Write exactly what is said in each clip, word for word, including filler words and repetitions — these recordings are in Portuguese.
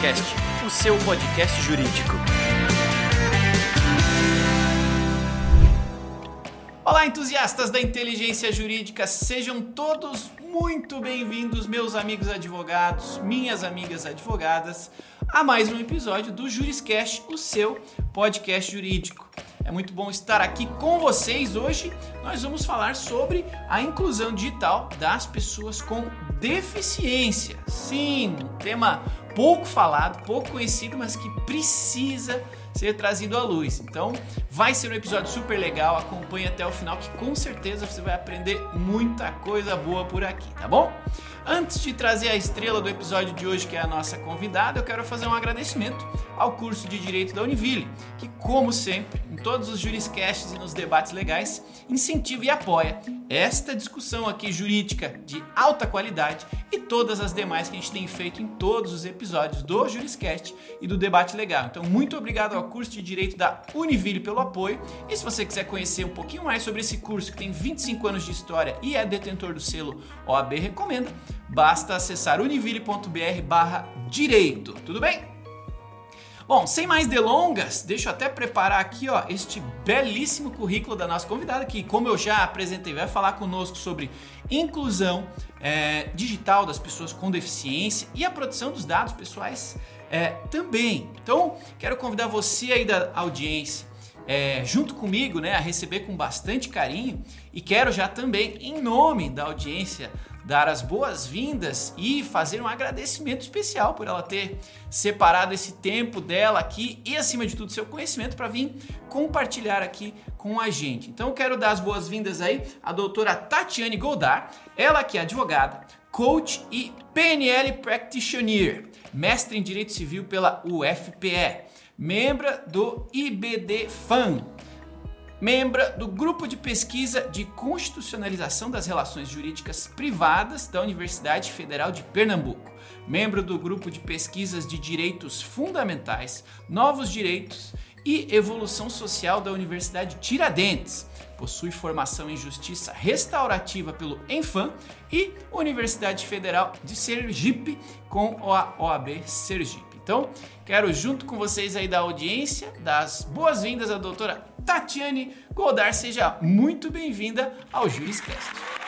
Juriscast, o seu podcast jurídico. Olá, entusiastas da inteligência jurídica, sejam todos muito bem-vindos, meus amigos advogados, minhas amigas advogadas, a mais um episódio do Juriscast, o seu podcast jurídico. É muito bom estar aqui com vocês. Hoje nós vamos falar sobre a inclusão digital das pessoas com deficiência. Sim, um tema pouco falado, pouco conhecido, mas que precisa ser trazido à luz. Então, vai ser um episódio super legal, acompanhe até o final que com certeza você vai aprender muita coisa boa por aqui, tá bom? Antes de trazer a estrela do episódio de hoje, que é a nossa convidada, eu quero fazer um agradecimento ao curso de Direito da Univille, que, como sempre, em todos os juriscasts e nos debates legais, incentiva e apoia esta discussão aqui jurídica de alta qualidade e todas as demais que a gente tem feito em todos os episódios do Juriscast e do Debate Legal. Então, muito obrigado ao curso de Direito da Univille pelo apoio. E se você quiser conhecer um pouquinho mais sobre esse curso, que tem vinte e cinco anos de história e é detentor do selo O A B Recomenda, basta acessar univille.br barra direito. Tudo bem? Bom, sem mais delongas, deixa eu até preparar aqui ó, este belíssimo currículo da nossa convidada, que, como eu já apresentei, vai falar conosco sobre inclusão é, digital das pessoas com deficiência e a proteção dos dados pessoais é, também. Então, quero convidar você aí da audiência, é, junto comigo, né, a receber com bastante carinho, e quero já também, em nome da audiência, dar as boas-vindas e fazer um agradecimento especial por ela ter separado esse tempo dela aqui e, acima de tudo, seu conhecimento para vir compartilhar aqui com a gente. Então, eu quero dar as boas-vindas aí à doutora Tatiane Goldar, ela que é advogada, coach e P N L Practitioner, mestre em Direito Civil pela U F P E, membro do I B D F A M, membro do Grupo de Pesquisa de Constitucionalização das Relações Jurídicas Privadas da Universidade Federal de Pernambuco, membro do Grupo de Pesquisas de Direitos Fundamentais, Novos Direitos e Evolução Social da Universidade Tiradentes, possui formação em Justiça Restaurativa pelo ENFAM e Universidade Federal de Sergipe com a O A B Sergipe. Então, quero, junto com vocês aí da audiência, dar as boas-vindas à doutora Tatiane Goldar. Seja muito bem-vinda ao Juriscast.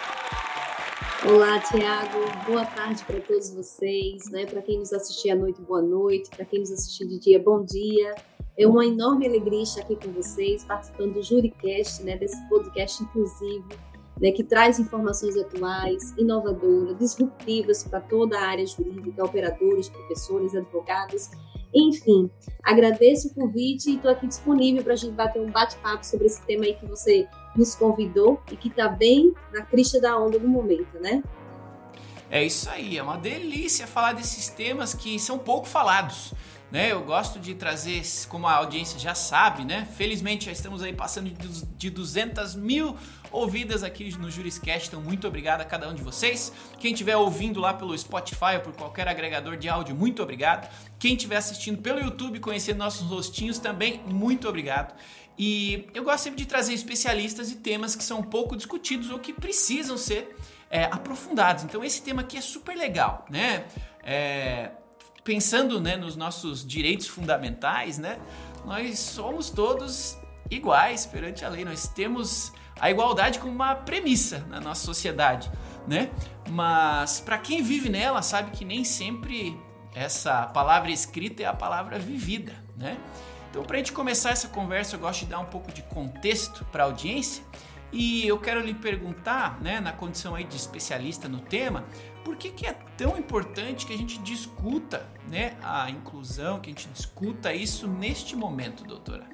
Olá, Tiago. Boa tarde para todos vocês, né? Para quem nos assistir à noite, boa noite. Para quem nos assistir de dia, bom dia. É uma enorme alegria estar aqui com vocês, participando do Juriscast, né? Desse podcast inclusivo, né, que traz informações atuais, inovadoras, disruptivas para toda a área jurídica, operadores, professores, advogados, enfim. Agradeço o convite e estou aqui disponível para a gente bater um bate-papo sobre esse tema aí que você nos convidou e que está bem na crista da onda do momento, né? É isso aí, é uma delícia falar desses temas que são pouco falados. Né, eu gosto de trazer, como a audiência já sabe, né? Felizmente já estamos aí passando de duzentas mil ouvidas aqui no Juriscast, então muito obrigado a cada um de vocês. Quem estiver ouvindo lá pelo Spotify ou por qualquer agregador de áudio, muito obrigado. Quem estiver assistindo pelo YouTube, conhecendo nossos rostinhos também, muito obrigado. E eu gosto sempre de trazer especialistas e temas que são pouco discutidos ou que precisam ser é, aprofundados. Então esse tema aqui é super legal, né? É... Pensando, né, nos nossos direitos fundamentais, né, nós somos todos iguais perante a lei, nós temos a igualdade como uma premissa na nossa sociedade, né? Mas para quem vive nela sabe que nem sempre essa palavra escrita é a palavra vivida, né? Então, para a gente começar essa conversa, eu gosto de dar um pouco de contexto para a audiência e eu quero lhe perguntar, né, na condição aí de especialista no tema, por que que é tão importante que a gente discuta, né, a inclusão, que a gente discuta isso neste momento, doutora?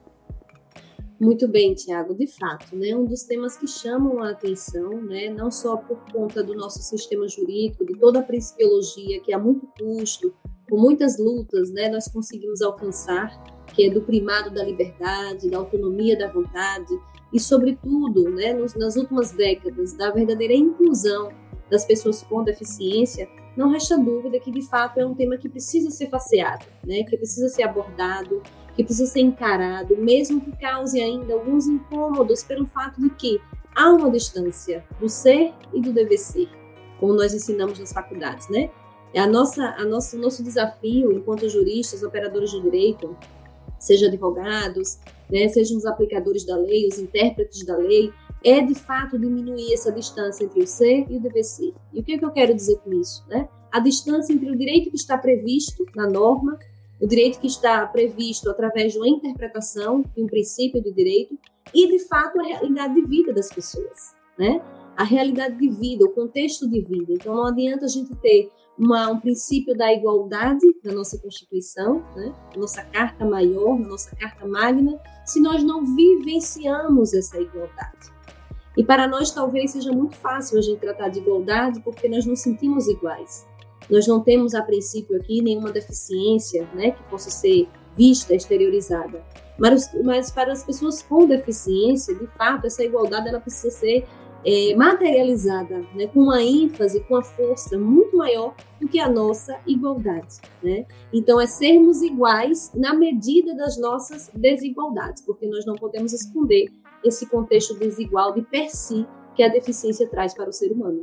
Muito bem, Tiago. De fato, né, um dos temas que chamam a atenção, né, não só por conta do nosso sistema jurídico, de toda a principiologia que a muito custo, com muitas lutas, né, nós conseguimos alcançar, que é do primado da liberdade, da autonomia da vontade e, sobretudo, né, nos, nas últimas décadas, da verdadeira inclusão das pessoas com deficiência, não resta dúvida que, de fato, é um tema que precisa ser faceado, né? Que precisa ser abordado, que precisa ser encarado, mesmo que cause ainda alguns incômodos pelo fato de que há uma distância do ser e do dever ser, como nós ensinamos nas faculdades, né? A nossa, a nossa, o nosso desafio, enquanto juristas, operadores de direito, seja advogados, né, sejam os aplicadores da lei, os intérpretes da lei, é de fato diminuir essa distância entre o ser e o dever ser. E o que é que eu quero dizer com isso? Né? A distância entre o direito que está previsto na norma, o direito que está previsto através de uma interpretação de um princípio de direito e, de fato, a realidade de vida das pessoas, né? A realidade de vida, o contexto de vida. Então, não adianta a gente ter uma, um princípio da igualdade na nossa Constituição, né? Na nossa Carta Maior, na nossa Carta Magna, se nós não vivenciamos essa igualdade. E para nós, talvez, seja muito fácil a gente tratar de igualdade porque nós nos sentimos iguais. Nós não temos, a princípio, aqui nenhuma deficiência, né, que possa ser vista, exteriorizada. Mas, mas para as pessoas com deficiência, de fato, essa igualdade ela precisa ser é, materializada, né, com uma ênfase, com uma força muito maior do que a nossa igualdade. Né? Então, é sermos iguais na medida das nossas desigualdades, porque nós não podemos esconder esse contexto desigual de per si que a deficiência traz para o ser humano.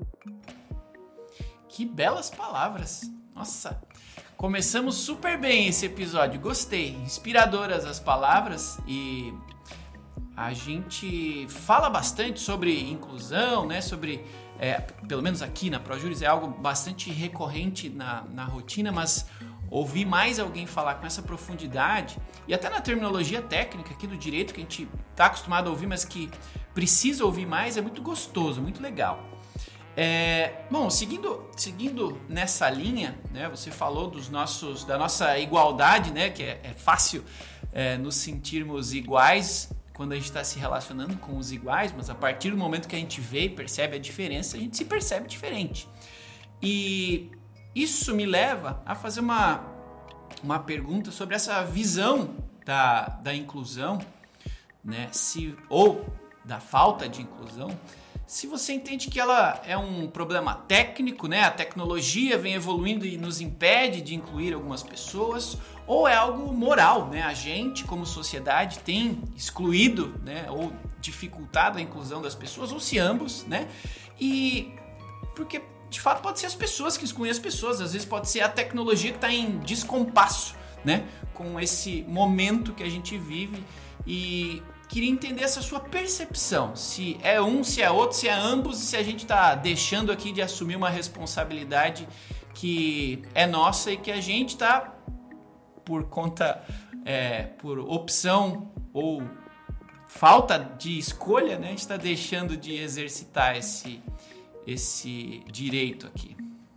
Que belas palavras. Nossa, começamos super bem esse episódio. Gostei. Inspiradoras as palavras e a gente fala bastante sobre inclusão, né? Sobre, é, pelo menos aqui na ProJuris é algo bastante recorrente na, na rotina, mas ouvir mais alguém falar com essa profundidade e até na terminologia técnica aqui do direito que a gente está acostumado a ouvir, mas que precisa ouvir mais, é muito gostoso, muito legal. É, bom, seguindo, seguindo nessa linha, né, você falou dos nossos, da nossa igualdade, né, que é, é fácil é, nos sentirmos iguais quando a gente está se relacionando com os iguais, mas a partir do momento que a gente vê e percebe a diferença, a gente se percebe diferente. E isso me leva a fazer uma, uma pergunta sobre essa visão da, da inclusão, né, se, ou da falta de inclusão. Se você entende que ela é um problema técnico, né? A tecnologia vem evoluindo e nos impede de incluir algumas pessoas, ou é algo moral, né? A gente, como sociedade, tem excluído, né? Ou dificultado a inclusão das pessoas, ou se ambos, né? E porque, de fato, pode ser as pessoas que excluem as pessoas, às vezes pode ser a tecnologia que está em descompasso, né? Com esse momento que a gente vive e queria entender essa sua percepção, se é um, se é outro, se é ambos, e se a gente está deixando aqui de assumir uma responsabilidade que é nossa e que a gente está, por conta, é, por opção ou falta de escolha, né, a gente está deixando de exercitar esse, esse direito aqui.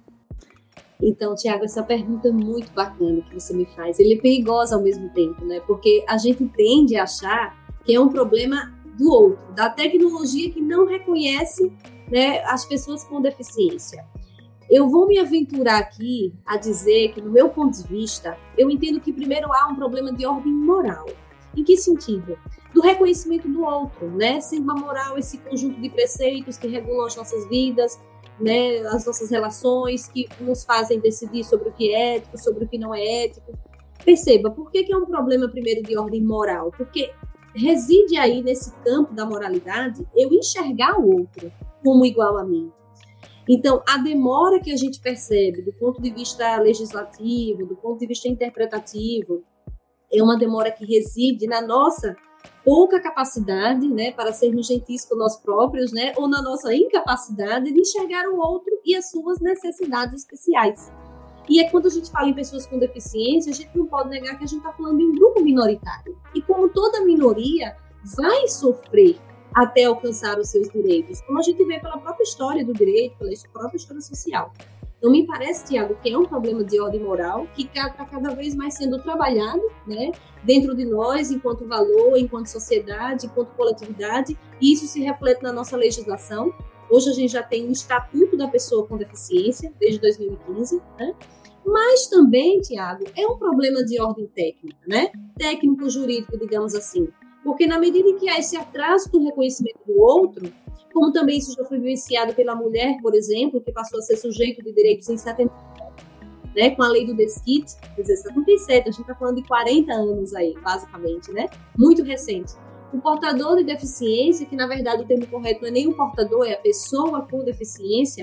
Então, Tiago, essa pergunta é muito bacana que você me faz. Ele é perigosa ao mesmo tempo, né? Porque a gente tende a achar que é um problema do outro, da tecnologia que não reconhece, né, as pessoas com deficiência. Eu vou me aventurar aqui a dizer que, no meu ponto de vista, eu entendo que primeiro há um problema de ordem moral. Em que sentido? Do reconhecimento do outro, né? Sendo a moral esse conjunto de preceitos que regulam as nossas vidas, né, as nossas relações, que nos fazem decidir sobre o que é ético, sobre o que não é ético. Perceba, por que, que é um problema primeiro de ordem moral? Porque reside aí nesse campo da moralidade eu enxergar o outro como igual a mim. Então, a demora que a gente percebe do ponto de vista legislativo, do ponto de vista interpretativo, é uma demora que reside na nossa pouca capacidade, né, para sermos gentis com nós próprios, né, ou na nossa incapacidade de enxergar o outro e as suas necessidades especiais. E é quando a gente fala em pessoas com deficiência, a gente não pode negar que a gente está falando de um grupo minoritário. E como toda minoria vai sofrer até alcançar os seus direitos, como a gente vê pela própria história do direito, pela própria história social. Então, me parece, Tiago, que é um problema de ordem moral que está cada vez mais sendo trabalhado, né, dentro de nós, enquanto valor, enquanto sociedade, enquanto coletividade, e isso se reflete na nossa legislação. Hoje a gente já tem um Estatuto da Pessoa com Deficiência, desde dois mil e quinze, né? Mas também, Tiago, é um problema de ordem técnica, né? Técnico-jurídico, digamos assim. Porque na medida em que há esse atraso do reconhecimento do outro, como também isso já foi vivenciado pela mulher, por exemplo, que passou a ser sujeito de direitos em setenta e sete, né? Com a lei do desquite, quer dizer, setenta e sete, a gente está falando de quarenta anos aí, basicamente, né? Muito recente. O portador de deficiência, que na verdade o termo correto não é nem o portador, é a pessoa com deficiência,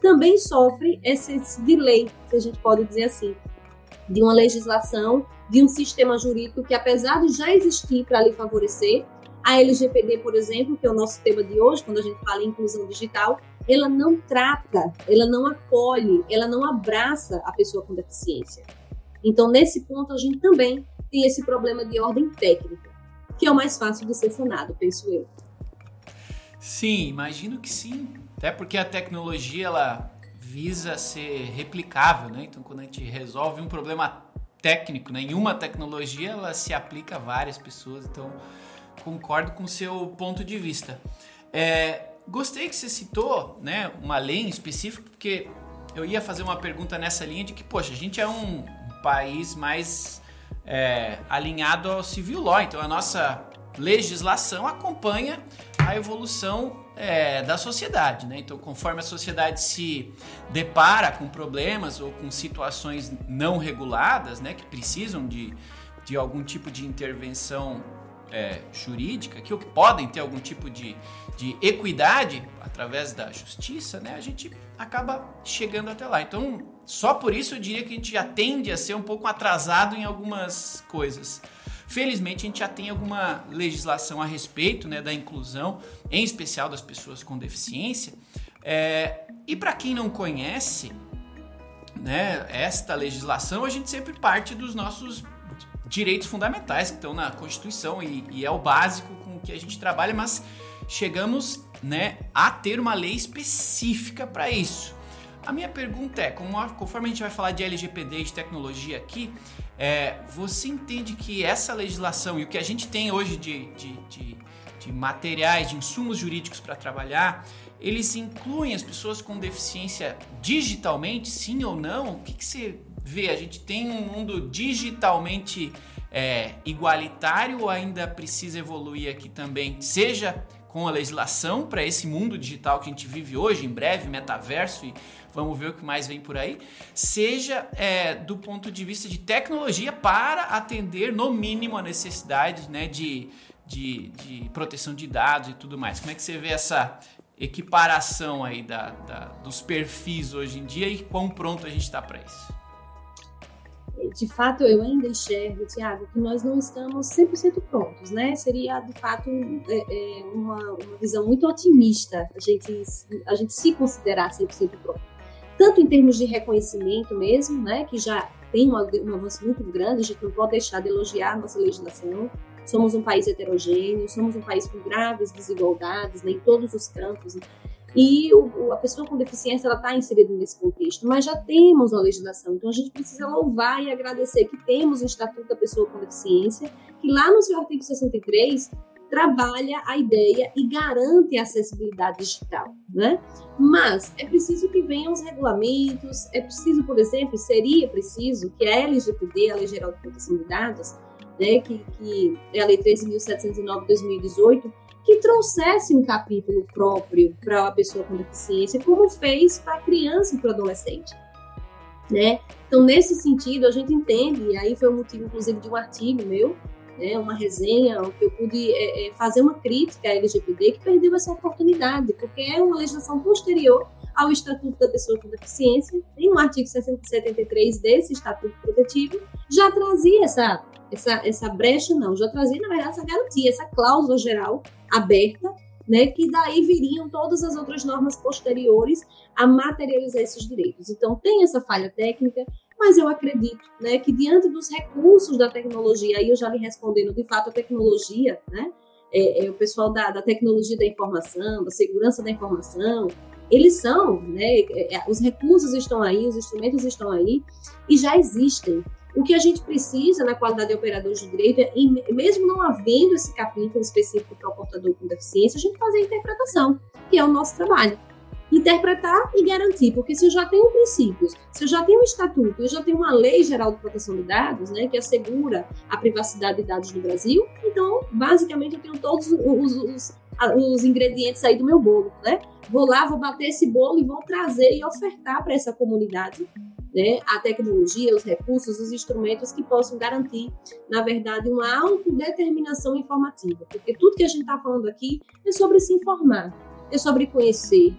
também sofre esse, esse delay, se a gente pode dizer assim, de uma legislação, de um sistema jurídico que, apesar de já existir para lhe favorecer, a L G P D, por exemplo, que é o nosso tema de hoje, quando a gente fala em inclusão digital, ela não trata, ela não acolhe, ela não abraça a pessoa com deficiência. Então, nesse ponto, a gente também tem esse problema de ordem técnica, que é o mais fácil de ser sanado, penso eu. Sim, imagino que sim. Até porque a tecnologia, ela visa ser replicável, né? Então, quando a gente resolve um problema técnico, né, em uma tecnologia, ela se aplica a várias pessoas. Então, concordo com o seu ponto de vista. É, gostei que você citou, né, uma lei em específico, porque eu ia fazer uma pergunta nessa linha de que, poxa, a gente é um país mais é, alinhado ao civil law, então a nossa legislação acompanha a evolução é, da sociedade, né? Então, conforme a sociedade se depara com problemas ou com situações não reguladas, né, que precisam de, de algum tipo de intervenção é, jurídica, que, ou que podem ter algum tipo de, de equidade através da justiça, né, a gente acaba chegando até lá. Então, só por isso eu diria que a gente já tende a ser um pouco atrasado em algumas coisas. Felizmente, a gente já tem alguma legislação a respeito, né, da inclusão, em especial das pessoas com deficiência. É, e para quem não conhece, né, esta legislação, a gente sempre parte dos nossos direitos fundamentais que estão na Constituição e, e é o básico com que a gente trabalha, mas chegamos, né, a ter uma lei específica para isso. A minha pergunta é, como, conforme a gente vai falar de L G P D e de tecnologia aqui, é, você entende que essa legislação e o que a gente tem hoje de, de, de, de materiais, de insumos jurídicos para trabalhar, eles incluem as pessoas com deficiência digitalmente, sim ou não? O que, que você vê? A gente tem um mundo digitalmente é, igualitário ou ainda precisa evoluir aqui também? Seja com a legislação para esse mundo digital que a gente vive hoje, em breve, metaverso, e vamos ver o que mais vem por aí, seja é, do ponto de vista de tecnologia para atender, no mínimo, a necessidade, né, de, de, de proteção de dados e tudo mais. Como é que você vê essa equiparação aí da, da, dos perfis hoje em dia e quão pronto a gente está para isso? De fato, eu ainda enxergo, Tiago, que nós não estamos cem por cento prontos, né? Seria, de fato, é, é, uma, uma visão muito otimista a gente, a gente se considerar cem por cento pronto. Tanto em termos de reconhecimento mesmo, né? Que já tem uma, um avanço muito grande, a gente não pode deixar de elogiar a nossa legislação. Somos um país heterogêneo, somos um país com graves desigualdades, né, em todos os campos. E o, a pessoa com deficiência ela está inserida nesse contexto, mas já temos uma legislação, então a gente precisa louvar e agradecer que temos o Estatuto da Pessoa com Deficiência, que lá no seu artigo sessenta e três trabalha a ideia e garante a acessibilidade digital, né? Mas é preciso que venham os regulamentos, é preciso, por exemplo, seria preciso que a L G P D, a Lei Geral de Proteção de Dados, né, que, que é a Lei treze mil setecentos e nove de dois mil e dezoito, que trouxesse um capítulo próprio para a pessoa com deficiência, como fez para a criança e para o adolescente, né? Então, nesse sentido, a gente entende, e aí foi o motivo, inclusive, de um artigo meu, né, uma resenha, que eu pude é, é, fazer uma crítica à L G P D, que perdeu essa oportunidade, porque é uma legislação posterior ao Estatuto da Pessoa com Deficiência, em um artigo setenta e três desse Estatuto Protetivo, já trazia essa, essa, essa brecha, não, já trazia, na verdade, essa garantia, essa cláusula geral aberta, né, que daí viriam todas as outras normas posteriores a materializar esses direitos. Então, tem essa falha técnica, mas eu acredito, né, que diante dos recursos da tecnologia, aí eu já lhe respondendo, de fato, a tecnologia, né, é, é o pessoal da, da tecnologia da informação, da segurança da informação, eles são, né, é, os recursos estão aí, os instrumentos estão aí e já existem. O que a gente precisa na qualidade de operadores de direito é, mesmo não havendo esse capítulo específico para o portador com deficiência, a gente fazer a interpretação, que é o nosso trabalho. Interpretar e garantir, porque se eu já tenho princípios, se eu já tenho um estatuto, eu já tenho uma lei geral de proteção de dados, né, que assegura a privacidade de dados no Brasil, então, basicamente, eu tenho todos os, os, os ingredientes aí do meu bolo, né? Vou lá, vou bater esse bolo e vou trazer e ofertar para essa comunidade, né, a tecnologia, os recursos, os instrumentos que possam garantir, na verdade, uma autodeterminação informativa, porque tudo que a gente está falando aqui é sobre se informar, é sobre conhecer,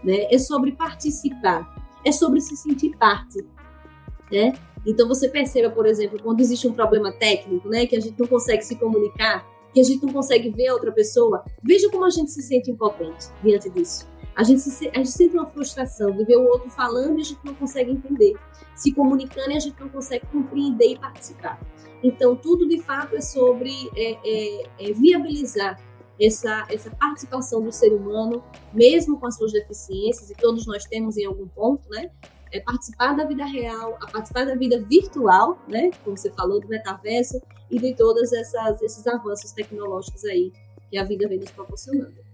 né? É sobre participar, é sobre se sentir parte, né? Então você perceba, por exemplo, quando existe um problema técnico, né, que a gente não consegue se comunicar, que a gente não consegue ver a outra pessoa, veja como a gente se sente impotente diante disso. A gente, se, a gente sente uma frustração de ver o outro falando e a gente não consegue entender, se comunicando e a gente não consegue compreender e participar. Então, tudo de fato é sobre é, é, é viabilizar essa, essa participação do ser humano, mesmo com as suas deficiências, e todos nós temos em algum ponto, né? É participar da vida real, a participar da vida virtual, né? Como você falou, do metaverso e de todos esses avanços tecnológicos aí que a vida vem nos proporcionando.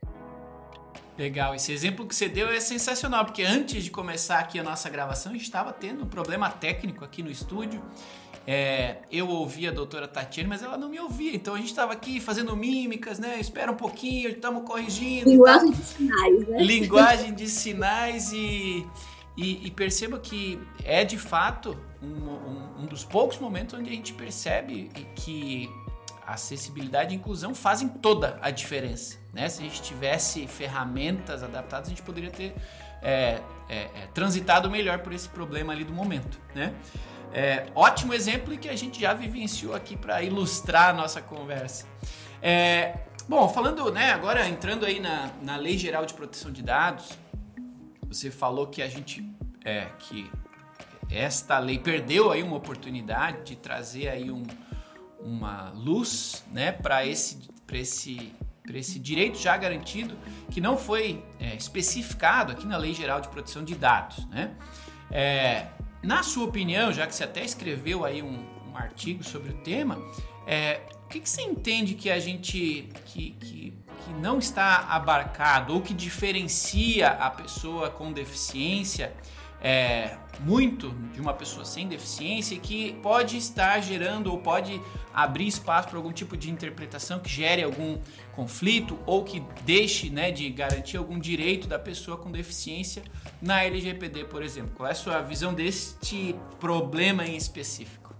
Legal, esse exemplo que você deu é sensacional, porque antes de começar aqui a nossa gravação, a gente estava tendo um problema técnico aqui no estúdio. É, eu ouvia a doutora Tatiane, mas ela não me ouvia, então a gente estava aqui fazendo mímicas, né? Espera um pouquinho, estamos corrigindo. Linguagem de sinais, né? Linguagem de sinais e, e, e perceba que é de fato um, um, um dos poucos momentos onde a gente percebe que a acessibilidade e a inclusão fazem toda a diferença, né? Se a gente tivesse ferramentas adaptadas, a gente poderia ter é, é, é, transitado melhor por esse problema ali do momento, né? É, ótimo exemplo que a gente já vivenciou aqui para ilustrar a nossa conversa. É, bom, falando, né, agora entrando aí na, na Lei Geral de Proteção de Dados, você falou que a gente, é, que esta lei perdeu aí uma oportunidade de trazer aí um uma luz, né, para esse, para esse, para esse direito já garantido, que não foi é, especificado aqui na Lei Geral de Proteção de Dados, né? É, na sua opinião, já que você até escreveu aí um, um artigo sobre o tema, é, o que, que você entende que a gente que, que, que não está abarcado ou que diferencia a pessoa com deficiência É, muito de uma pessoa sem deficiência, que pode estar gerando ou pode abrir espaço para algum tipo de interpretação que gere algum conflito ou que deixe, né, de garantir algum direito da pessoa com deficiência na L G P D, por exemplo. Qual é a sua visão deste problema em específico?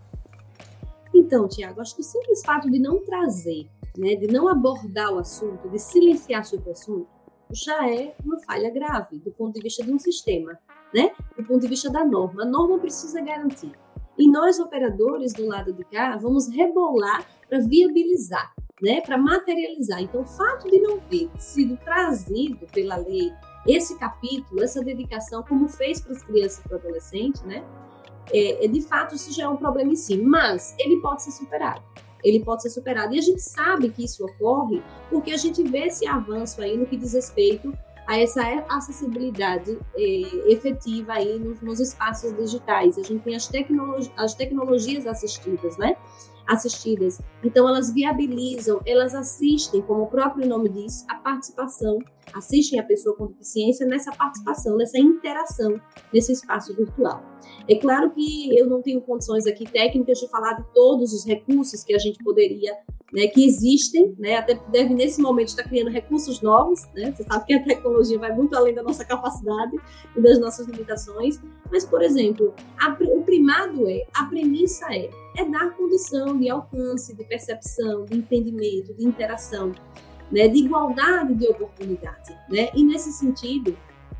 Então, Tiago, acho que o simples fato de não trazer, né, de não abordar o assunto, de silenciar sobre o assunto, já é uma falha grave do ponto de vista de um sistema, né? Do ponto de vista da norma. A norma precisa garantir. E nós, operadores do lado de cá, vamos rebolar para viabilizar, né? Para materializar. Então, o fato de não ter sido trazido pela lei esse capítulo, essa dedicação, como fez para as crianças e para o adolescente, né? É, é, de fato, isso já é um problema em si. Mas ele pode ser superado. Ele pode ser superado. E a gente sabe que isso ocorre porque a gente vê esse avanço aí no que diz respeito a essa acessibilidade é, efetiva aí nos, nos espaços digitais. A gente tem as, tecnologi- as tecnologias assistidas, né? Assistidas. Então, elas viabilizam, elas assistem, como o próprio nome diz, a participação, assistem a pessoa com deficiência nessa participação, nessa interação, nesse espaço virtual. É claro que eu não tenho condições aqui técnicas de falar de todos os recursos que a gente poderia, né, que existem, né, até deve nesse momento estar criando recursos novos, né, você sabe que a tecnologia vai muito além da nossa capacidade e das nossas limitações, mas, por exemplo, a, o primado é, a premissa é, é dar condição de alcance, de percepção, de entendimento, de interação, né, de igualdade de oportunidade, né, e nesse sentido,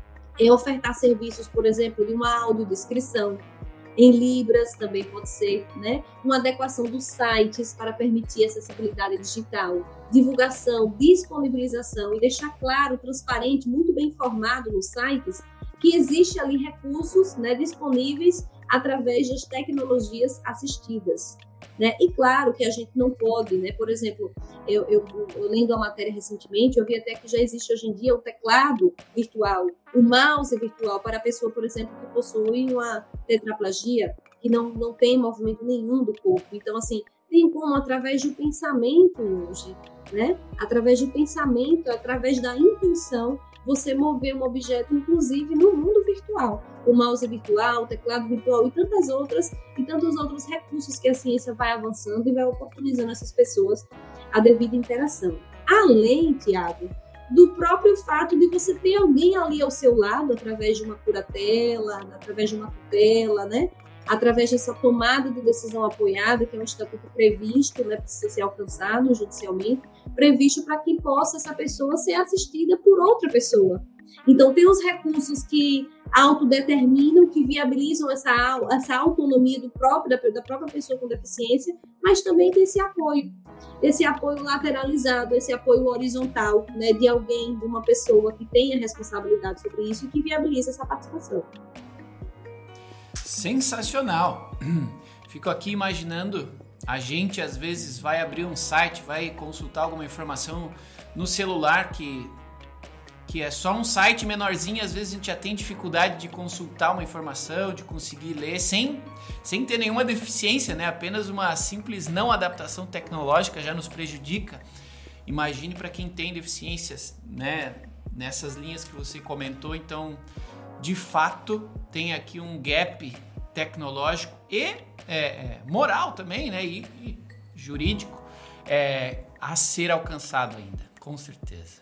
é ofertar serviços, por exemplo, de uma audiodescrição, em Libras também pode ser, né? Uma adequação dos sites para permitir acessibilidade digital, divulgação, disponibilização e deixar claro, transparente, muito bem informado nos sites que existe ali recursos, né, disponíveis através das tecnologias assistidas, né? E claro que a gente não pode, né? Por exemplo, eu, eu, eu lendo a matéria recentemente, eu vi até que já existe hoje em dia o teclado virtual, o mouse virtual para a pessoa, por exemplo, que possui uma tetraplegia, que não, não tem movimento nenhum do corpo. Então, assim, tem como, através do pensamento hoje, né? Através do pensamento, através da intenção, você mover um objeto, inclusive no mundo virtual. O mouse virtual, o teclado virtual e tantas outras, e tantos outros recursos que a ciência vai avançando e vai oportunizando essas pessoas a devida interação. Além, Tiago, do próprio fato de você ter alguém ali ao seu lado, através de uma curatela, através de uma tutela, né? através dessa tomada de decisão apoiada, que é um estatuto previsto, né, precisa ser alcançado judicialmente, previsto para que possa essa pessoa ser assistida por outra pessoa. Então, tem os recursos que autodeterminam, que viabilizam essa, essa autonomia do próprio, da, da própria pessoa com deficiência, mas também tem esse apoio, esse apoio lateralizado, esse apoio horizontal, né, de alguém, de uma pessoa que tenha responsabilidade sobre isso e que viabiliza essa participação. Sensacional! Fico aqui imaginando, a gente às vezes vai abrir um site, vai consultar alguma informação no celular que, que é só um site menorzinho, às vezes a gente já tem dificuldade de consultar uma informação, de conseguir ler sem, sem ter nenhuma deficiência, né? Apenas uma simples não adaptação tecnológica já nos prejudica. Imagine para quem tem deficiências, né? Nessas linhas que você comentou, então de fato tem aqui um gap tecnológico e é, é, moral também, né? E, e jurídico é, a ser alcançado ainda, com certeza.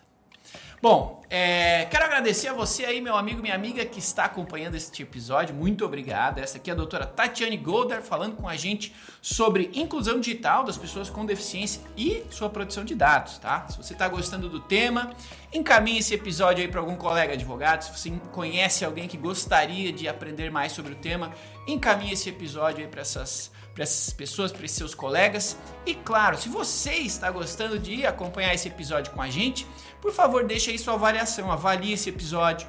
Bom, é, quero agradecer a você aí, meu amigo, minha amiga, que está acompanhando este episódio. Muito obrigado. Essa aqui é a doutora Tatiane Golder falando com a gente sobre inclusão digital das pessoas com deficiência e sua proteção de dados, tá? Se você está gostando do tema, encaminhe esse episódio aí para algum colega advogado. Se você conhece alguém que gostaria de aprender mais sobre o tema, encaminhe esse episódio aí para essas para essas pessoas, para esses seus colegas. E claro, se você está gostando de acompanhar esse episódio com a gente, por favor, deixe aí sua avaliação, avalie esse episódio.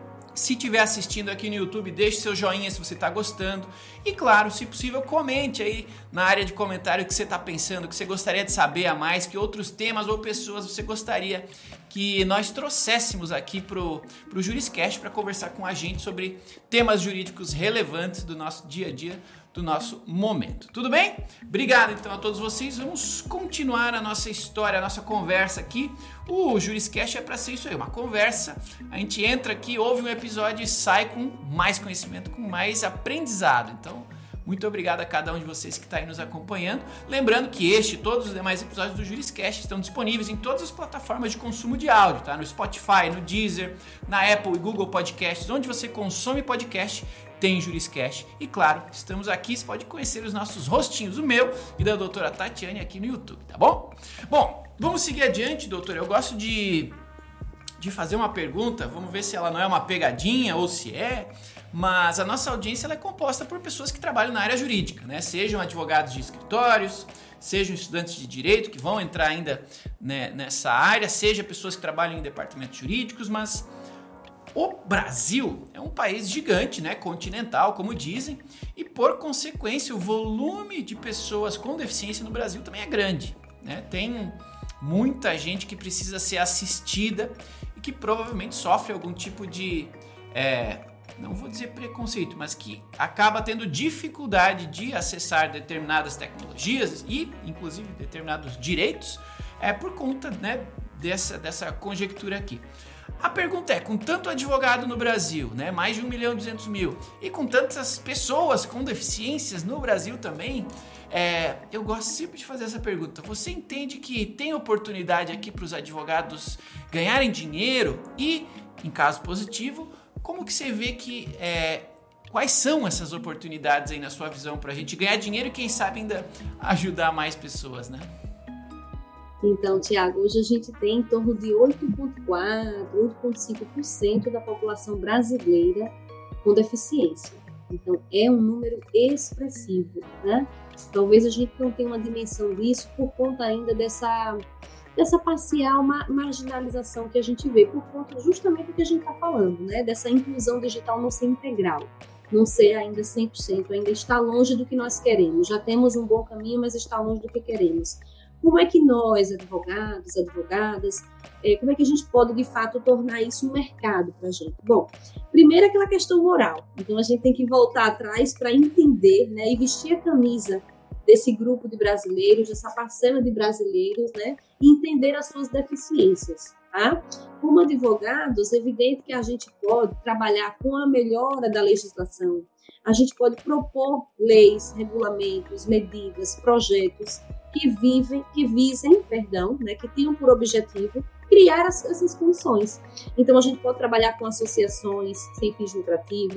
Se estiver assistindo aqui no YouTube, deixe seu joinha se você está gostando. E claro, se possível, comente aí na área de comentário o que você está pensando, o que você gostaria de saber a mais, que outros temas ou pessoas você gostaria que nós trouxéssemos aqui para o Juriscast para conversar com a gente sobre temas jurídicos relevantes do nosso dia a dia, do nosso momento. Tudo bem? Obrigado então a todos vocês. Vamos continuar a nossa história, a nossa conversa aqui. O Juriscast é para ser isso aí, uma conversa. A gente entra aqui, ouve um episódio e sai com mais conhecimento, com mais aprendizado. Então, muito obrigado a cada um de vocês que está aí nos acompanhando. Lembrando que este e todos os demais episódios do Juriscast estão disponíveis em todas as plataformas de consumo de áudio, tá? No Spotify, no Deezer, na Apple e Google Podcasts, onde você consome podcast, tem Juriscast. E claro, estamos aqui, você pode conhecer os nossos rostinhos, o meu e da doutora Tatiane aqui no YouTube, tá bom? Bom, vamos seguir adiante, doutora. Eu gosto de, de fazer uma pergunta, vamos ver se ela não é uma pegadinha ou se é, mas a nossa audiência ela é composta por pessoas que trabalham na área jurídica, né? Sejam advogados de escritórios, sejam estudantes de direito que vão entrar ainda, né, nessa área, seja pessoas que trabalham em departamentos jurídicos, mas o Brasil é um país gigante, né, continental, como dizem, e por consequência o volume de pessoas com deficiência no Brasil também é grande, né? Tem muita gente que precisa ser assistida e que provavelmente sofre algum tipo de, é, não vou dizer preconceito, mas que acaba tendo dificuldade de acessar determinadas tecnologias e, inclusive, determinados direitos, é, por conta, né, dessa, dessa conjectura aqui. A pergunta é, com tanto advogado no Brasil, né, mais de um milhão e duzentos mil, e com tantas pessoas com deficiências no Brasil também, é, eu gosto sempre de fazer essa pergunta. Você entende que tem oportunidade aqui para os advogados ganharem dinheiro? E, em caso positivo, como que você vê que, é, quais são essas oportunidades aí na sua visão para a gente ganhar dinheiro e quem sabe ainda ajudar mais pessoas, né? Então, Tiago, hoje a gente tem em torno de oito vírgula quatro, oito vírgula cinco por cento da população brasileira com deficiência. Então, é um número expressivo, né? Talvez a gente não tenha uma dimensão disso por conta ainda dessa, dessa parcial marginalização que a gente vê, por conta justamente do que a gente está falando, né? Dessa inclusão digital não ser integral, não ser ainda cem por cento, ainda está longe do que nós queremos. Já temos um bom caminho, mas está longe do que queremos. Como é que nós, advogados, advogadas, é, como é que a gente pode, de fato, tornar isso um mercado para a gente? Bom, primeiro aquela questão moral. Então, a gente tem que voltar atrás para entender, né, e vestir a camisa desse grupo de brasileiros, dessa parcela de brasileiros, né, e entender as suas deficiências, tá? Como advogados, é evidente que a gente pode trabalhar com a melhora da legislação, a gente pode propor leis, regulamentos, medidas, projetos que vivem, que visem, perdão, né, que tenham por objetivo criar as, essas condições. Então, a gente pode trabalhar com associações sem fins lucrativos,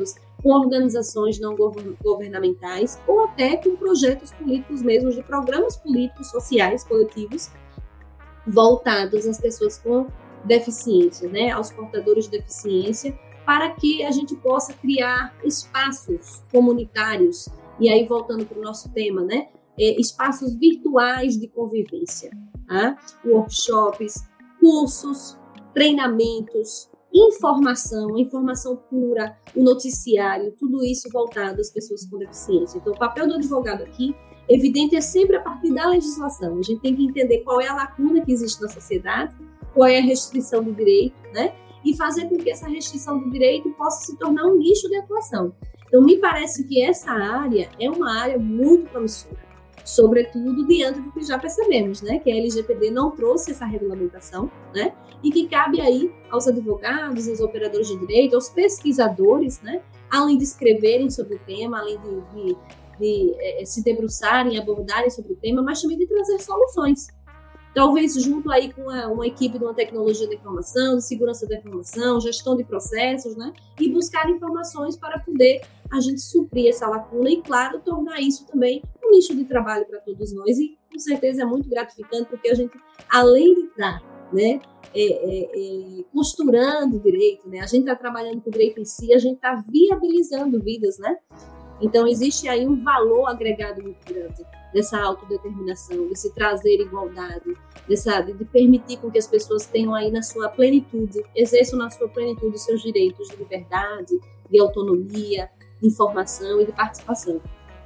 com organizações não governamentais ou até com projetos políticos mesmo, de programas políticos, sociais, coletivos, voltados às pessoas com deficiência, né, aos portadores de deficiência, para que a gente possa criar espaços comunitários, e aí voltando para o nosso tema, né, é, espaços virtuais de convivência, tá? Workshops, cursos, treinamentos, informação, informação pura, o noticiário, tudo isso voltado às pessoas com deficiência. Então, o papel do advogado aqui, evidente, é sempre a partir da legislação. A gente tem que entender qual é a lacuna que existe na sociedade, qual é a restrição do direito, né? E fazer com que essa restrição do direito possa se tornar um nicho de atuação. Então, me parece que essa área é uma área muito promissora, sobretudo diante do que já percebemos, né? Que a L G P D não trouxe essa regulamentação, né? E que cabe aí aos advogados, aos operadores de direito, aos pesquisadores, né? Além de escreverem sobre o tema, além de, de, de é, se debruçarem, abordarem sobre o tema, mas também de trazer soluções. Talvez junto aí com a, uma equipe de uma tecnologia da informação, de segurança da informação, gestão de processos, né? E buscar informações para poder a gente suprir essa lacuna e, claro, tornar isso também um nicho de trabalho para todos nós. E, com certeza, é muito gratificante, porque a gente, além de estar, né, é, é, é, costurando o direito, né? A gente está trabalhando com o direito em si, a gente está viabilizando vidas, né? Então, existe aí um valor agregado muito grande dessa autodeterminação, de se trazer igualdade, dessa, de, de permitir com que as pessoas tenham aí na sua plenitude, exerçam na sua plenitude os seus direitos de liberdade, de autonomia, de informação e de participação.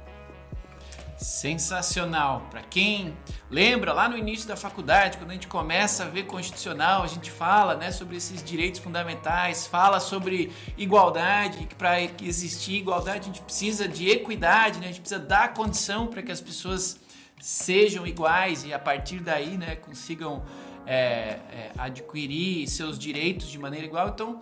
Sensacional. Para quem lembra, lá no início da faculdade, quando a gente começa a ver constitucional, a gente fala, né, sobre esses direitos fundamentais, fala sobre igualdade, que para existir igualdade a gente precisa de equidade, né, a gente precisa dar condição para que as pessoas sejam iguais e a partir daí, né, consigam é, é, adquirir seus direitos de maneira igual. Então,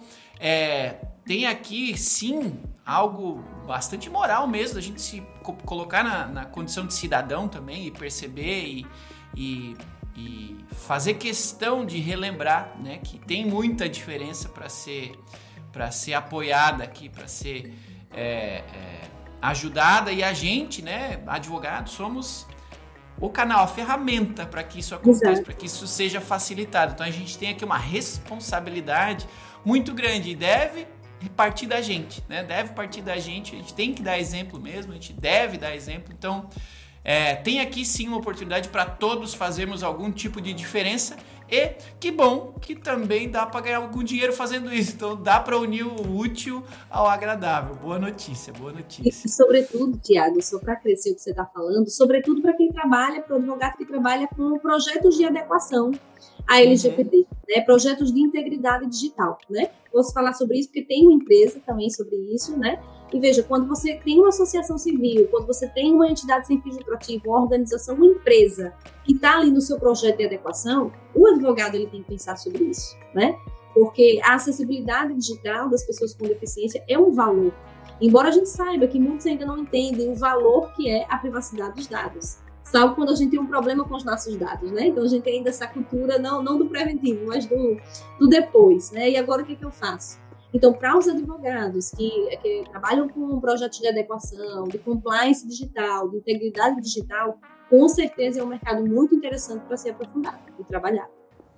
é, tem aqui, sim, algo bastante moral mesmo, da gente se co- colocar na, na condição de cidadão também e perceber e, e, e fazer questão de relembrar, né, que tem muita diferença para ser, para ser apoiada aqui, para ser é, é, ajudada, e a gente, né, advogados, somos o canal, a ferramenta para que isso aconteça, para que isso seja facilitado. Então a gente tem aqui uma responsabilidade muito grande e deve partir da gente, né? Deve partir da gente, a gente tem que dar exemplo mesmo, a gente deve dar exemplo. Então, é, tem aqui sim uma oportunidade para todos fazermos algum tipo de diferença, e que bom que também dá para ganhar algum dinheiro fazendo isso. Então, dá para unir o útil ao agradável. Boa notícia, boa notícia. E, sobretudo, Tiago, só para crescer o que você está falando, sobretudo para quem trabalha, para o advogado que trabalha com projetos de adequação à L G P D, uhum. né? Projetos de integridade digital, né? Posso falar sobre isso porque tem uma empresa também sobre isso, né? E veja, quando você tem uma associação civil, quando você tem uma entidade sem fins lucrativos, uma organização, uma empresa que está ali no seu projeto de adequação, o advogado ele tem que pensar sobre isso, né? Porque a acessibilidade digital das pessoas com deficiência é um valor. Embora a gente saiba que muitos ainda não entendem o valor que é a privacidade dos dados. Salvo quando a gente tem um problema com os nossos dados, né? Então a gente tem ainda essa cultura, não, não do preventivo, mas do, do depois, né? E agora o que é que eu faço? Então, para os advogados que, que trabalham com projetos de adequação, de compliance digital, de integridade digital, com certeza é um mercado muito interessante para ser aprofundado e trabalhado.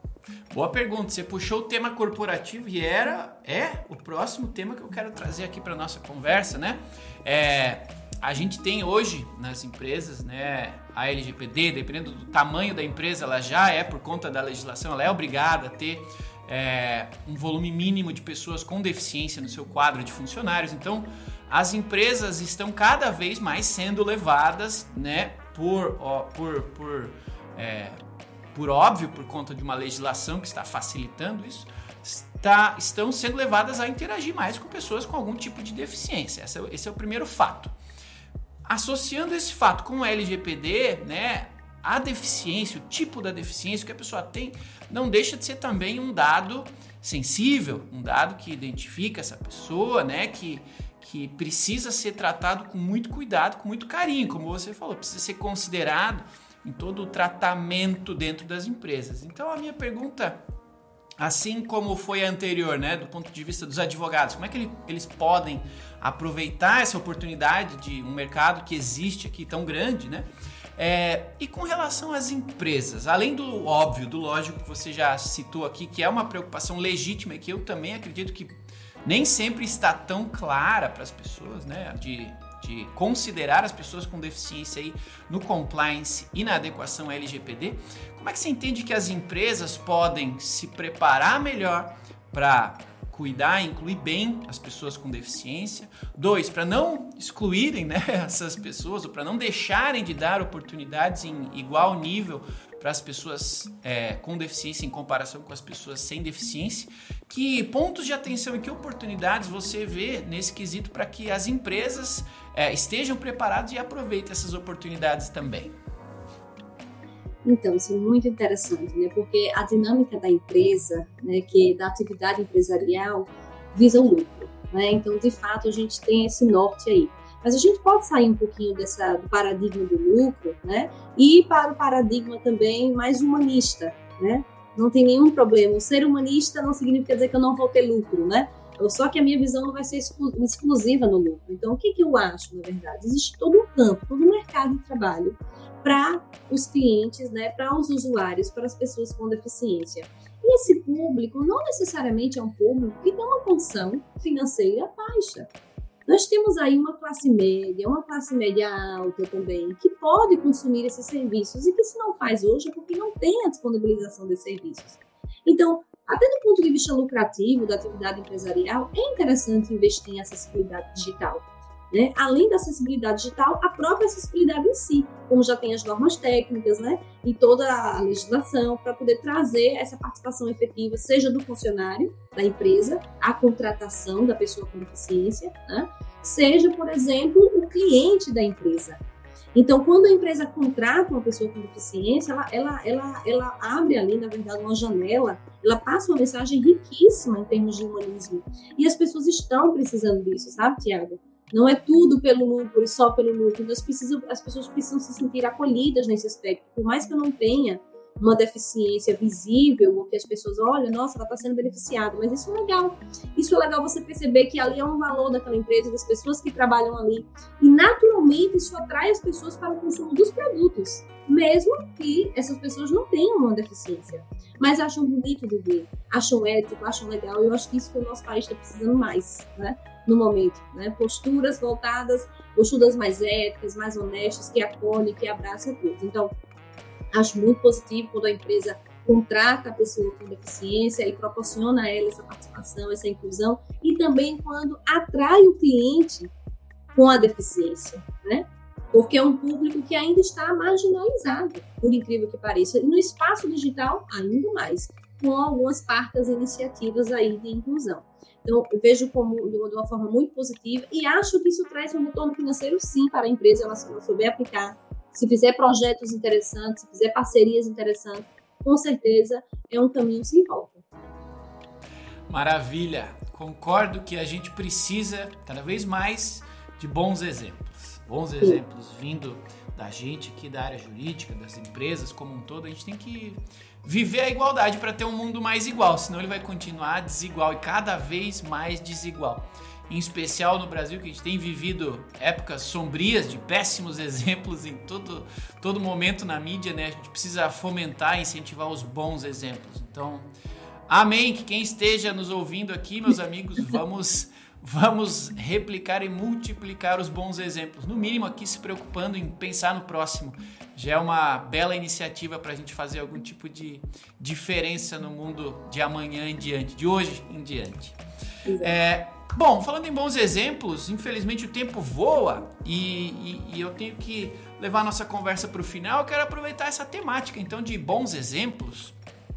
Boa pergunta. Você puxou o tema corporativo e era, é o próximo tema que eu quero trazer aqui para a nossa conversa, né? É, a gente tem hoje nas empresas, né, a L G P D, dependendo do tamanho da empresa, ela já é, por conta da legislação, ela é obrigada a ter É, um volume mínimo de pessoas com deficiência no seu quadro de funcionários. Então, as empresas estão cada vez mais sendo levadas, né, por, ó, por, por, é, por óbvio, por conta de uma legislação que está facilitando isso, está, estão sendo levadas a interagir mais com pessoas com algum tipo de deficiência. Esse é, esse é o primeiro fato. Associando esse fato com o L G P D, né, a deficiência, o tipo da deficiência que a pessoa tem, não deixa de ser também um dado sensível, um dado que identifica essa pessoa, né, que, que precisa ser tratado com muito cuidado, com muito carinho, como você falou, precisa ser considerado em todo o tratamento dentro das empresas. Então, a minha pergunta assim como foi a anterior, né, do ponto de vista dos advogados, como é que ele, eles podem aproveitar essa oportunidade de um mercado que existe aqui tão grande, né? É, e com relação às empresas, além do óbvio, do lógico que você já citou aqui, que é uma preocupação legítima e que eu também acredito que nem sempre está tão clara para as pessoas, né, de, de considerar as pessoas com deficiência aí no compliance e na adequação L G P D, como é que você entende que as empresas podem se preparar melhor para cuidar e incluir bem as pessoas com deficiência? Dois, para não excluírem, né, essas pessoas, ou para não deixarem de dar oportunidades em igual nível para as pessoas é, com deficiência em comparação com as pessoas sem deficiência. Que pontos de atenção e que oportunidades você vê nesse quesito para que as empresas é, estejam preparadas e aproveitem essas oportunidades também? Então, isso é muito interessante, né? Porque a dinâmica da empresa, né, que da atividade empresarial, visa o lucro, né? Então, de fato, a gente tem esse norte aí. Mas a gente pode sair um pouquinho dessa, do paradigma do lucro, né? E ir para o paradigma também mais humanista, né? Não tem nenhum problema. O ser humanista não significa dizer que eu não vou ter lucro, né? Só que a minha visão não vai ser exclu- exclusiva no lucro. Então, o que, que eu acho, na verdade? Existe todo um campo, todo um mercado de trabalho para os clientes, né, para os usuários, para as pessoas com deficiência. E esse público não necessariamente é um público que tem uma condição financeira baixa. Nós temos aí uma classe média, uma classe média alta também, que pode consumir esses serviços e que se não faz hoje é porque não tem a disponibilização desses serviços. Então, até do ponto de vista lucrativo da atividade empresarial, é interessante investir em acessibilidade digital. Né? Além da acessibilidade digital, a própria acessibilidade em si, como já tem as normas técnicas, né? E toda a legislação para poder trazer essa participação efetiva, seja do funcionário da empresa, a contratação da pessoa com deficiência, né? Seja, por exemplo, o cliente da empresa. Então, quando a empresa contrata uma pessoa com deficiência, ela, ela, ela, ela abre ali, na verdade, uma janela, ela passa uma mensagem riquíssima em termos de humanismo. E as pessoas estão precisando disso, sabe, Tiago? Não é tudo pelo lucro e só pelo lucro. Nós precisam, as pessoas precisam se sentir acolhidas nesse aspecto. Por mais que eu não tenha uma deficiência visível, ou que as pessoas olham, nossa, ela está sendo beneficiada, mas isso é legal. Isso é legal você perceber que ali é um valor daquela empresa, das pessoas que trabalham ali. E, naturalmente, isso atrai as pessoas para o consumo dos produtos, mesmo que essas pessoas não tenham uma deficiência. Mas acham bonito de ver, acham ético, acham legal. E eu acho que isso que o nosso país está precisando mais, né? No momento, né? Posturas voltadas, posturas mais éticas, mais honestas, que acolhem, que abraçam todos. Então, acho muito positivo quando a empresa contrata a pessoa com deficiência e proporciona a ela essa participação, essa inclusão, e também quando atrai o cliente com a deficiência, né? Porque é um público que ainda está marginalizado, por incrível que pareça, e no espaço digital ainda mais, com algumas parcas iniciativas aí de inclusão. Então, eu vejo como de uma forma muito positiva e acho que isso traz um retorno financeiro, sim, para a empresa, ela se ela souber aplicar, se fizer projetos interessantes, se fizer parcerias interessantes, com certeza é um caminho sem volta. Maravilha! Concordo que a gente precisa, cada vez mais, de bons exemplos. Bons sim. exemplos vindo da gente aqui da área jurídica, das empresas como um todo. A gente tem que viver a igualdade para ter um mundo mais igual, senão ele vai continuar desigual e cada vez mais desigual. Em especial no Brasil, que a gente tem vivido épocas sombrias de péssimos exemplos em todo, todo momento na mídia, né? A gente precisa fomentar e incentivar os bons exemplos. Então, amém, que quem esteja nos ouvindo aqui, meus amigos, vamos, vamos replicar e multiplicar os bons exemplos. No mínimo aqui se preocupando em pensar no próximo. Já é uma bela iniciativa para a gente fazer algum tipo de diferença no mundo de amanhã em diante, de hoje em diante. É, bom, falando em bons exemplos, infelizmente o tempo voa e, e, e eu tenho que levar a nossa conversa para o final. Eu quero aproveitar essa temática, então, de bons exemplos,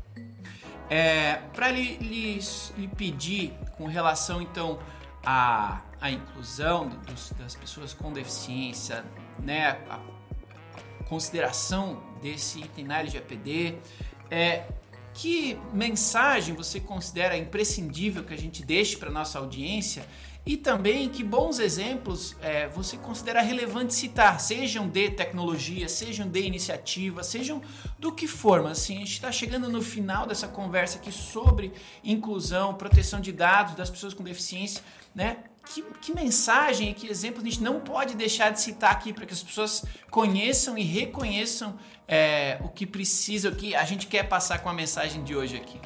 é, para lhe, lhe, lhe pedir com relação, então, à, à inclusão dos, das pessoas com deficiência, né, a, consideração desse item na L G P D, é, que mensagem você considera imprescindível que a gente deixe para nossa audiência e também que bons exemplos é, você considera relevante citar, sejam de tecnologia, sejam de iniciativa, sejam do que for, mas assim, a gente está chegando no final dessa conversa aqui sobre inclusão, proteção de dados das pessoas com deficiência, né? Que, que mensagem e que exemplos a gente não pode deixar de citar aqui para que as pessoas conheçam e reconheçam é, o que precisa, o que a gente quer passar com a mensagem de hoje aqui.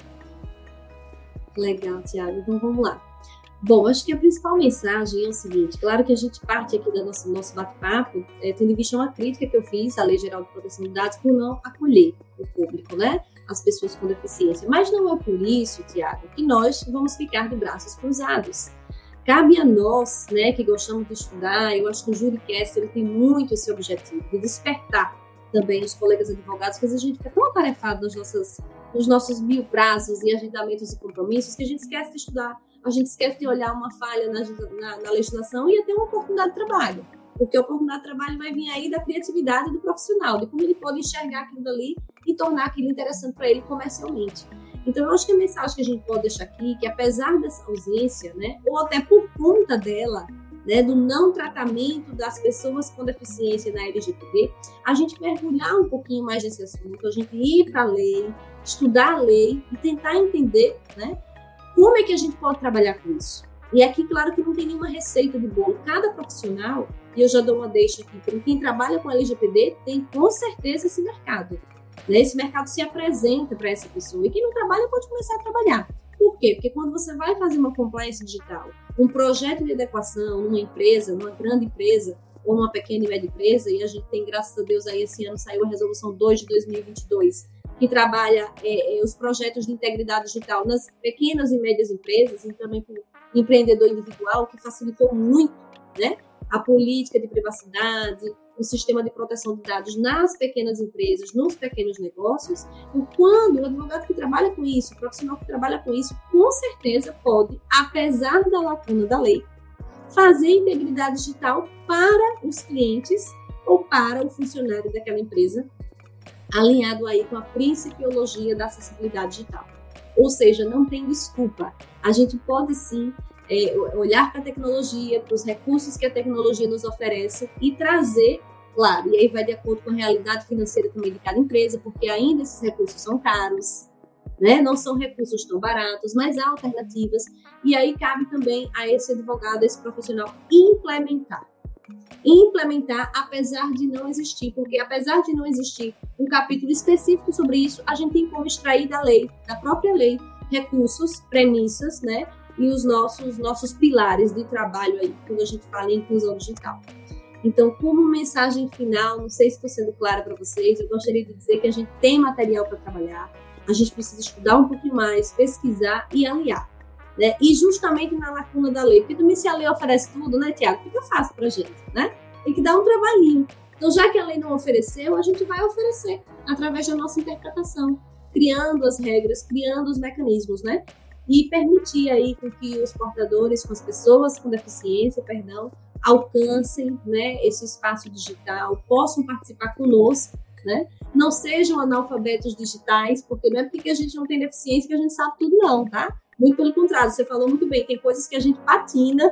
Legal, Tiago. Então vamos lá. Bom, acho que a principal mensagem é o seguinte, claro que a gente parte aqui do nosso, nosso bate-papo, é, tendo em vista uma crítica que eu fiz à Lei Geral de Proteção de Dados por não acolher o público, né? As pessoas com deficiência. Mas não é por isso, Tiago, que nós vamos ficar de braços cruzados. Cabe a nós, né, que gostamos de estudar, eu acho que o JuriCast ele tem muito esse objetivo, de despertar também os colegas advogados, que às vezes a gente fica tão atarefado nos nossos, nos nossos mil prazos e agendamentos e compromissos, que a gente esquece de estudar, a gente esquece de olhar uma falha na, na, na legislação e até uma oportunidade de trabalho, porque a oportunidade de trabalho vai vir aí da criatividade do profissional, de como ele pode enxergar aquilo dali e tornar aquilo interessante para ele comercialmente. Então, eu acho que a mensagem que a gente pode deixar aqui, que apesar dessa ausência, né, ou até por conta dela, né, do não tratamento das pessoas com deficiência na L G P D, a gente mergulhar um pouquinho mais nesse assunto, a gente ir para a lei, estudar a lei e tentar entender, né, como é que a gente pode trabalhar com isso. E aqui, claro que não tem nenhuma receita de bolo. Cada profissional, e eu já dou uma deixa aqui, quem trabalha com L G P D tem com certeza esse mercado. Esse mercado se apresenta para essa pessoa e quem não trabalha pode começar a trabalhar. Por quê? Porque quando você vai fazer uma compliance digital, um projeto de adequação numa empresa, numa grande empresa ou numa pequena e média empresa, e a gente tem, graças a Deus, aí esse ano saiu a resolução dois de dois mil e vinte e dois, que trabalha é, os projetos de integridade digital nas pequenas e médias empresas e também para o empreendedor individual, que facilitou muito, né, a política de privacidade, o sistema de proteção de dados nas pequenas empresas, nos pequenos negócios. Então, quando o advogado que trabalha com isso, o profissional que trabalha com isso, com certeza pode, apesar da lacuna da lei, fazer integridade digital para os clientes ou para o funcionário daquela empresa, alinhado aí com a principiologia da acessibilidade digital. Ou seja, não tem desculpa. A gente pode sim É, olhar para a tecnologia, para os recursos que a tecnologia nos oferece e trazer, claro, e aí vai de acordo com a realidade financeira também de cada empresa, porque ainda esses recursos são caros, né? Não são recursos tão baratos, mas há alternativas, e aí cabe também a esse advogado, a esse profissional, implementar. Implementar, apesar de não existir, porque apesar de não existir um capítulo específico sobre isso, a gente tem como extrair da lei, da própria lei, recursos, premissas, né? E os nossos, nossos pilares de trabalho aí, quando a gente fala em inclusão digital. Então, como mensagem final, não sei se estou sendo clara para vocês, eu gostaria de dizer que a gente tem material para trabalhar, a gente precisa estudar um pouquinho mais, pesquisar e aliar, né? E justamente na lacuna da lei, porque também se a lei oferece tudo, né, Tiago, fica fácil para a gente, né? Tem que dar um trabalhinho. Então, já que a lei não ofereceu, a gente vai oferecer através da nossa interpretação, criando as regras, criando os mecanismos, né? E permitir aí com que os portadores, com as pessoas com deficiência, perdão, alcancem, né, esse espaço digital, possam participar conosco, né? Não sejam analfabetos digitais, porque não é porque a gente não tem deficiência que a gente sabe tudo não, tá? Muito pelo contrário, você falou muito bem, tem coisas que a gente patina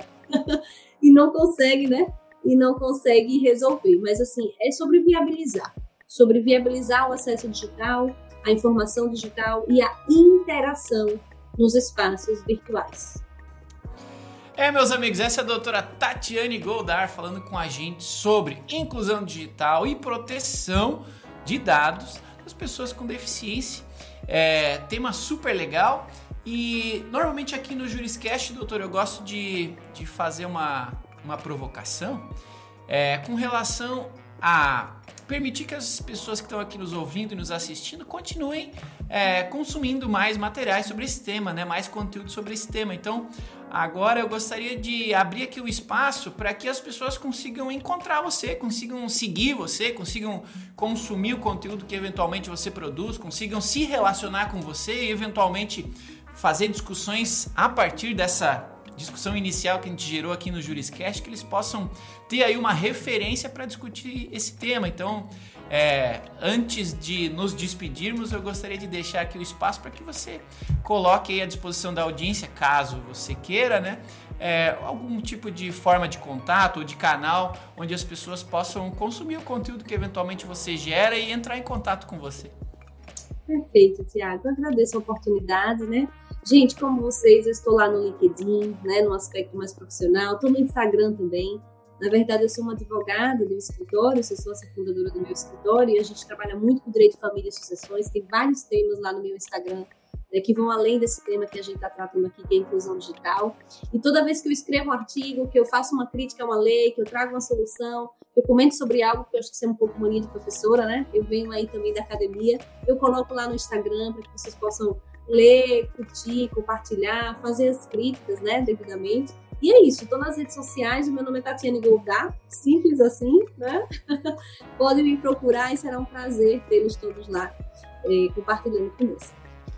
e não consegue, né? E não consegue resolver. Mas assim, é sobre viabilizar, sobre viabilizar o acesso digital, a informação digital e a interação nos espaços virtuais. É, meus amigos, essa é a doutora Tatiane Goldar falando com a gente sobre inclusão digital e proteção de dados das pessoas com deficiência. É, tema super legal e normalmente aqui no JurisCast, doutor, eu gosto de, de fazer uma, uma provocação é, com relação a permitir que as pessoas que estão aqui nos ouvindo e nos assistindo continuem é, consumindo mais materiais sobre esse tema, né? Mais conteúdo sobre esse tema. Então, agora eu gostaria de abrir aqui o espaço para que as pessoas consigam encontrar você, consigam seguir você, consigam consumir o conteúdo que eventualmente você produz, consigam se relacionar com você e eventualmente fazer discussões a partir dessa discussão inicial que a gente gerou aqui no JurisCast, que eles possam ter aí uma referência para discutir esse tema. Então, é, antes de nos despedirmos, eu gostaria de deixar aqui o espaço para que você coloque aí à disposição da audiência, caso você queira, né, é, algum tipo de forma de contato ou de canal onde as pessoas possam consumir o conteúdo que eventualmente você gera e entrar em contato com você. Perfeito, Tiago. Eu agradeço a oportunidade, né? Gente, como vocês, eu estou lá no LinkedIn, né, no aspecto mais profissional, estou no Instagram também. Na verdade, eu sou uma advogada do escritório, sou sócia fundadora do meu escritório e a gente trabalha muito com direito de família e sucessões. Tem vários temas lá no meu Instagram, né, que vão além desse tema que a gente está tratando aqui, que é a inclusão digital. E toda vez que eu escrevo um artigo, que eu faço uma crítica a uma lei, que eu trago uma solução, eu comento sobre algo que eu acho que isso é um pouco mania de professora, né? Eu venho aí também da academia, eu coloco lá no Instagram para que vocês possam ler, curtir, compartilhar, fazer as críticas, né, devidamente. E é isso, estou nas redes sociais, meu nome é Tatiane Goldar, simples assim, né? Podem me procurar e será um prazer tê-los todos lá eh, compartilhando conosco.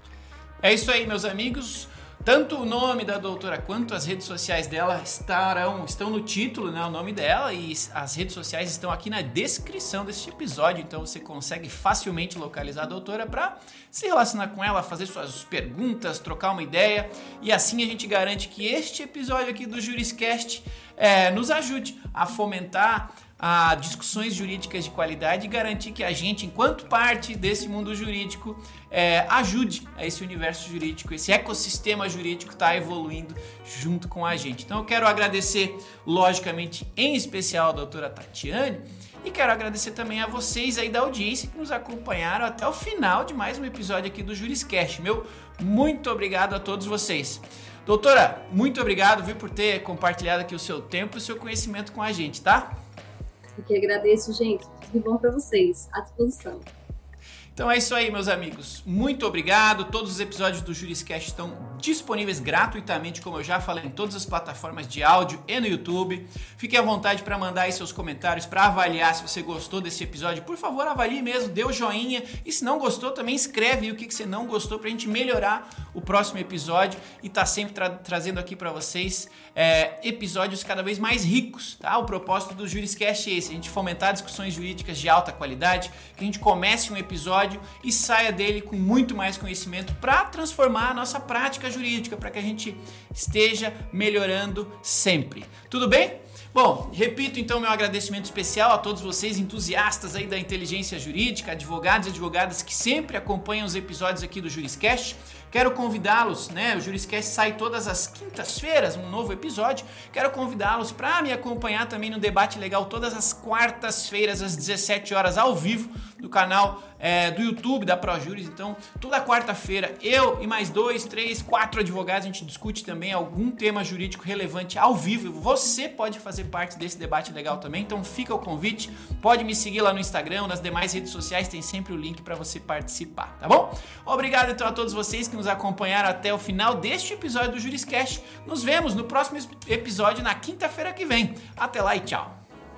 É isso aí, meus amigos. Tanto o nome da doutora quanto as redes sociais dela estarão, estão no título, né, o nome dela, e as redes sociais estão aqui na descrição deste episódio, então você consegue facilmente localizar a doutora para se relacionar com ela, fazer suas perguntas, trocar uma ideia, e assim a gente garante que este episódio aqui do JurisCast é, nos ajude a fomentar a discussões jurídicas de qualidade e garantir que a gente, enquanto parte desse mundo jurídico, é, ajude a esse universo jurídico, esse ecossistema jurídico está evoluindo junto com a gente. Então eu quero agradecer, logicamente, em especial a doutora Tatiane, e quero agradecer também a vocês aí da audiência que nos acompanharam até o final de mais um episódio aqui do JurisCast. Meu muito obrigado a todos vocês. Doutora, muito obrigado, viu, por ter compartilhado aqui o seu tempo e o seu conhecimento com a gente, tá? Eu que agradeço, gente. Tudo bom para vocês. À disposição. Então é isso aí, meus amigos. Muito obrigado. Todos os episódios do JurisCast estão disponíveis gratuitamente, como eu já falei, em todas as plataformas de áudio e no YouTube. Fique à vontade para mandar aí seus comentários, para avaliar se você gostou desse episódio. Por favor, avalie mesmo, dê o joinha. E se não gostou, também escreve aí o que você não gostou para a gente melhorar o próximo episódio e tá sempre tra- trazendo aqui para vocês é, episódios cada vez mais ricos, tá? O propósito do JurisCast é esse, a gente fomentar discussões jurídicas de alta qualidade, que a gente comece um episódio e saia dele com muito mais conhecimento para transformar a nossa prática jurídica, para que a gente esteja melhorando sempre. Tudo bem? Bom, repito então meu agradecimento especial a todos vocês entusiastas aí da inteligência jurídica, advogados e advogadas que sempre acompanham os episódios aqui do JurisCast. Quero convidá-los, né? O JurisCast sai todas as quintas-feiras, um novo episódio. Quero convidá-los para me acompanhar também no Debate Legal todas as quartas-feiras, às dezessete horas, ao vivo, no canal é, do YouTube da ProJuris. Então, toda quarta-feira, eu e mais dois, três, quatro advogados, a gente discute também algum tema jurídico relevante ao vivo. Você pode fazer parte desse debate legal também, então fica o convite. Pode me seguir lá no Instagram, nas demais redes sociais, tem sempre o link para você participar, tá bom? Obrigado então a todos vocês que nos acompanharam até o final deste episódio do JurisCast. Nos vemos no próximo episódio na quinta-feira que vem. Até lá e tchau.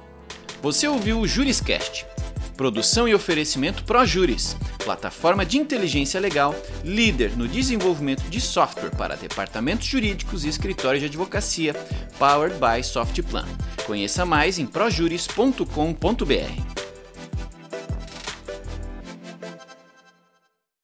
Você ouviu o JurisCast. Produção e oferecimento ProJuris, plataforma de inteligência legal, líder no desenvolvimento de software para departamentos jurídicos e escritórios de advocacia, powered by Softplan. Conheça mais em projuris ponto com ponto br.